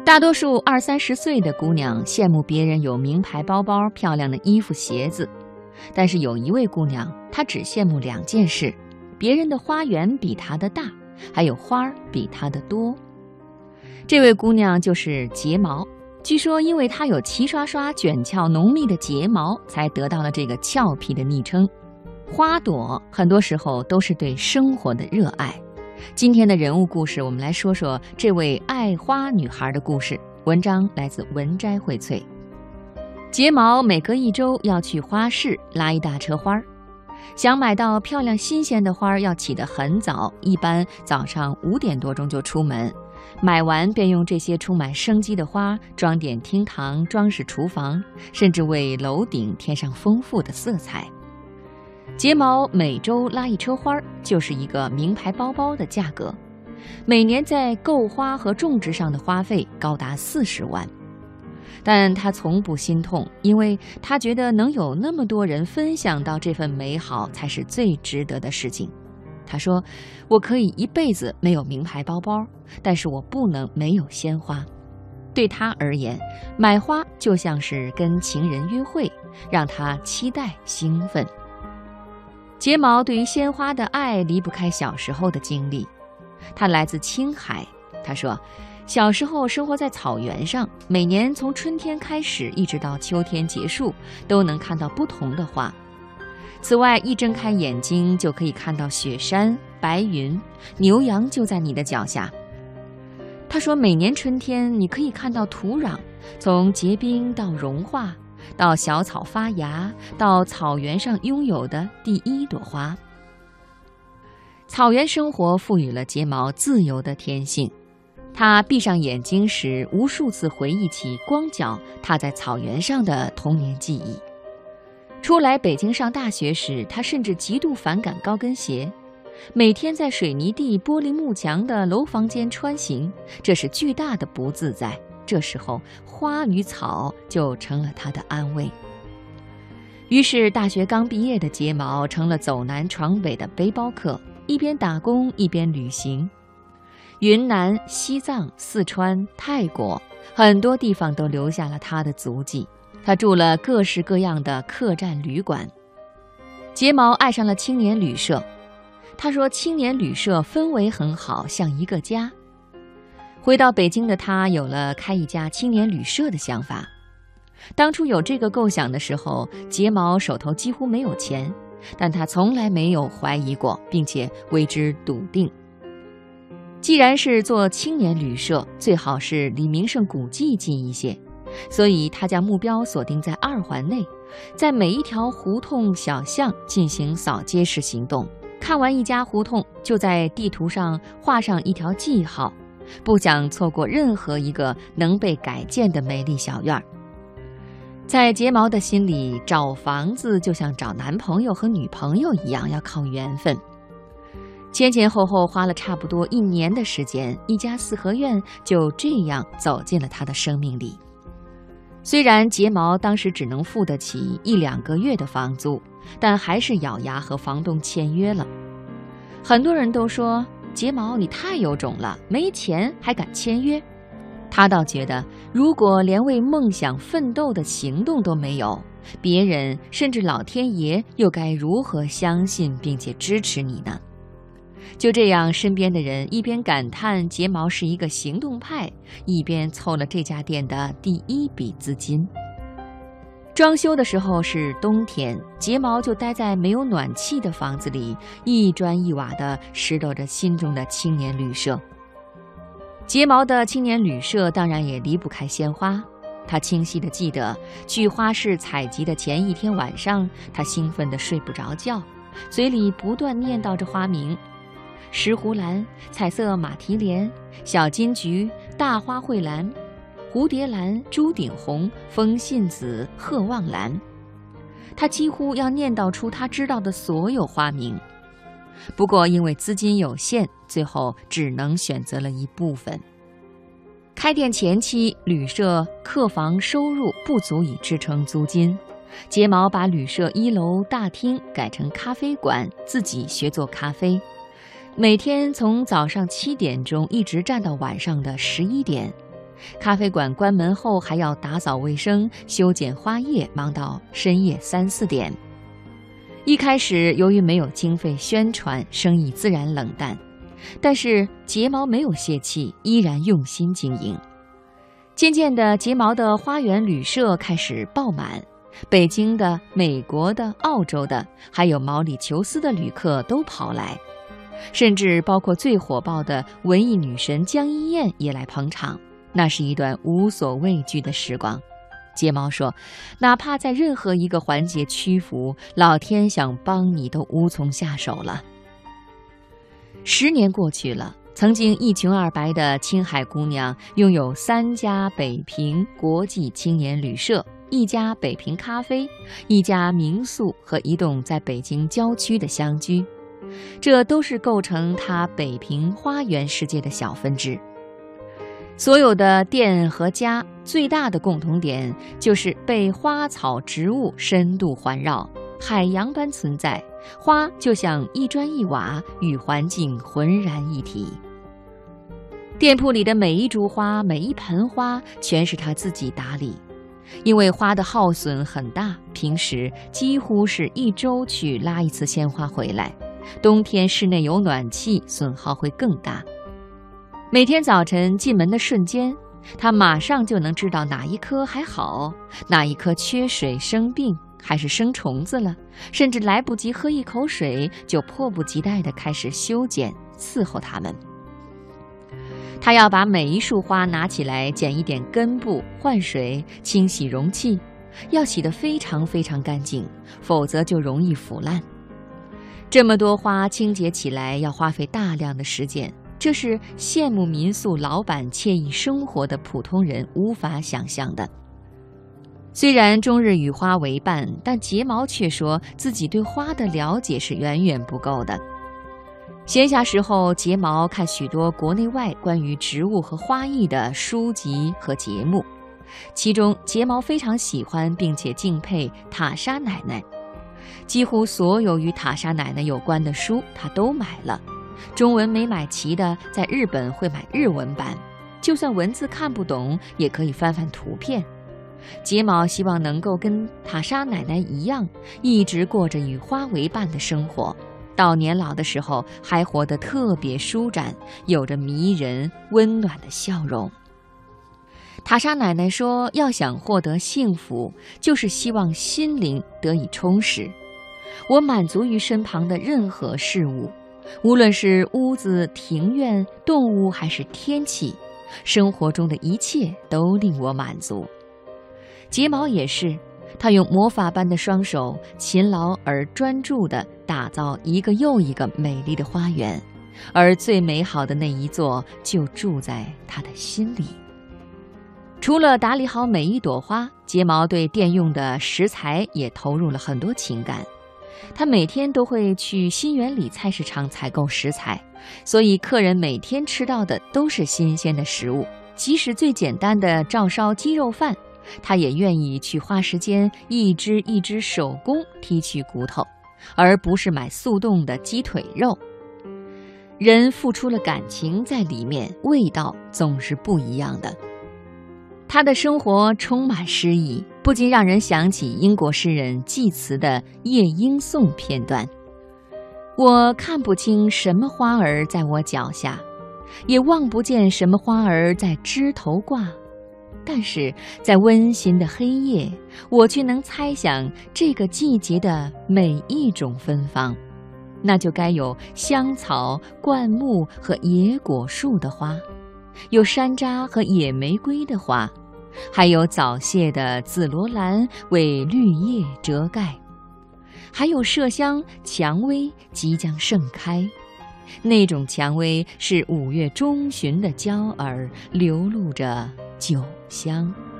大多数20-30岁的姑娘羡慕别人有名牌包包、漂亮的衣服、鞋子，但是有一位姑娘，她只羡慕2件事：别人的花园比她的大，还有花儿比她的多。这位姑娘就是睫毛，据说因为她有齐刷刷、卷翘浓密的睫毛，才得到了这个俏皮的昵称。花朵很多时候都是对生活的热爱。今天的人物故事，我们来说说这位爱花女孩的故事。文章来自文摘荟萃。睫毛每隔1周要去花市拉一大车花，想买到漂亮新鲜的花要起得很早，一般早上5点多钟就出门，买完便用这些充满生机的花装点厅堂、装饰厨房，甚至为楼顶添上丰富的色彩。睫毛每周拉1车花，就是一个名牌包包的价格。每年在购花和种植上的花费高达40万。但他从不心痛，因为他觉得能有那么多人分享到这份美好才是最值得的事情。他说，我可以一辈子没有名牌包包，但是我不能没有鲜花。对他而言，买花就像是跟情人约会，让他期待兴奋。睫毛对于鲜花的爱离不开小时候的经历。他来自青海，他说，小时候生活在草原上，每年从春天开始一直到秋天结束，都能看到不同的花。此外，一睁开眼睛就可以看到雪山、白云，牛羊就在你的脚下。他说，每年春天你可以看到土壤从结冰到融化，到小草发芽，到草原上拥有的第1朵花。草原生活赋予了睫毛自由的天性，他闭上眼睛时无数次回忆起光脚踏在草原上的童年记忆。初来北京上大学时，他甚至极度反感高跟鞋，每天在水泥地、玻璃幕墙的楼房间穿行，这是巨大的不自在。这时候，花与草就成了他的安慰。于是，大学刚毕业的睫毛成了走南闯北的背包客，一边打工一边旅行。云南、西藏、四川、泰国，很多地方都留下了他的足迹。他住了各式各样的客栈旅馆。睫毛爱上了青年旅社，他说青年旅社氛围很好，像一个家。回到北京的他有了开一家青年旅社的想法。当初有这个构想的时候，睫毛手头几乎没有钱，但他从来没有怀疑过，并且为之笃定。既然是做青年旅社，最好是离名胜古迹近一些，所以他将目标锁定在2环内，在每一条胡同小巷进行扫街式行动。看完一家胡同，就在地图上画上一条记号，不想错过任何一个能被改建的美丽小院。在睫毛的心里，找房子就像找男朋友和女朋友一样，要靠缘分。前后后花了差不多1年的时间，一家4合院就这样走进了他的生命里。虽然睫毛当时只能付得起1-2个月的房租，但还是咬牙和房东签约了。很多人都说，睫毛你太有种了，没钱还敢签约。他倒觉得，如果连为梦想奋斗的行动都没有，别人甚至老天爷又该如何相信并且支持你呢？就这样，身边的人一边感叹睫毛是一个行动派，一边凑了这家店的第1笔资金。装修的时候是冬天，睫毛就待在没有暖气的房子里，一砖一瓦地拾掇着心中的青年旅社。睫毛的青年旅社当然也离不开鲜花。他清晰地记得，去花市采集的前一天晚上，他兴奋得睡不着觉，嘴里不断念叨着花名：石斛兰、彩色马蹄莲、小金菊、大花蕙兰、蝴蝶兰、朱顶红、风信子、鹤望兰。他几乎要念叨出他知道的所有花名。不过因为资金有限，最后只能选择了一部分。开店前期，旅社客房收入不足以支撑租金，睫毛把旅社1楼大厅改成咖啡馆，自己学做咖啡，每天从早上7点钟一直站到晚上的11点。 咖啡馆关门后还要打扫卫生、修剪花叶，忙到深夜3、4点。一开始由于没有经费宣传，生意自然冷淡，但是睫毛没有泄气，依然用心经营。渐渐的，睫毛的花园旅社开始爆满，北京的、美国的、澳洲的，还有毛里求斯的旅客都跑来，甚至包括最火爆的文艺女神江一燕也来捧场。那是一段无所畏惧的时光。睫毛说，哪怕在任何一个环节屈服，老天想帮你都无从下手了。10年过去了，曾经一穷二白的青海姑娘拥有3家北平国际青年旅社、1家北平咖啡、1家民宿和一栋在北京郊区的乡居，这都是构成她北平花园世界的小分支。所有的店和家最大的共同点就是被花草植物深度环绕，海洋般存在，花就像一砖一瓦，与环境浑然一体。店铺里的每一株花、每一盆花全是他自己打理，因为花的耗损很大，平时几乎是1周去拉1次鲜花回来，冬天室内有暖气，损耗会更大。每天早晨进门的瞬间，他马上就能知道哪一棵还好，哪一棵缺水生病，还是生虫子了，甚至来不及喝一口水，就迫不及待地开始修剪伺候它们。他要把每一束花拿起来，剪一点根部，换水，清洗容器，要洗得非常非常干净，否则就容易腐烂。这么多花清洁起来要花费大量的时间，这是羡慕民宿老板惬意生活的普通人无法想象的。虽然终日与花为伴，但睫毛却说自己对花的了解是远远不够的。闲暇时候，睫毛看许多国内外关于植物和花艺的书籍和节目，其中睫毛非常喜欢并且敬佩塔莎奶奶，几乎所有与塔莎奶奶有关的书她都买了，中文没买齐的，在日本会买日文版，就算文字看不懂，也可以翻翻图片。睫毛希望能够跟塔莎奶奶一样，一直过着与花为伴的生活，到年老的时候还活得特别舒展，有着迷人温暖的笑容。塔莎奶奶说，要想获得幸福，就是希望心灵得以充实。我满足于身旁的任何事物，无论是屋子、庭院、动物还是天气，生活中的一切都令我满足。睫毛也是，他用魔法般的双手，勤劳而专注地打造一个又一个美丽的花园，而最美好的那一座就住在他的心里。除了打理好每一朵花，睫毛对店用的食材也投入了很多情感。他每天都会去新源里菜市场采购食材，所以客人每天吃到的都是新鲜的食物，即使最简单的照烧鸡肉饭，他也愿意去花时间一只一只手工剔去骨头，而不是买速冻的鸡腿肉。人付出了感情在里面，味道总是不一样的。他的生活充满诗意，不禁让人想起英国诗人济慈的《夜莺颂》片段。我看不清什么花儿在我脚下，也望不见什么花儿在枝头挂，但是在温馨的黑夜，我却能猜想这个季节的每一种芬芳，那就该有香草、灌木和野果树的花，有山楂和野玫瑰的花，还有早谢的紫罗兰为绿叶遮盖，还有麝香、蔷薇即将盛开，那种蔷薇是5月中旬的娇儿，流露着酒香。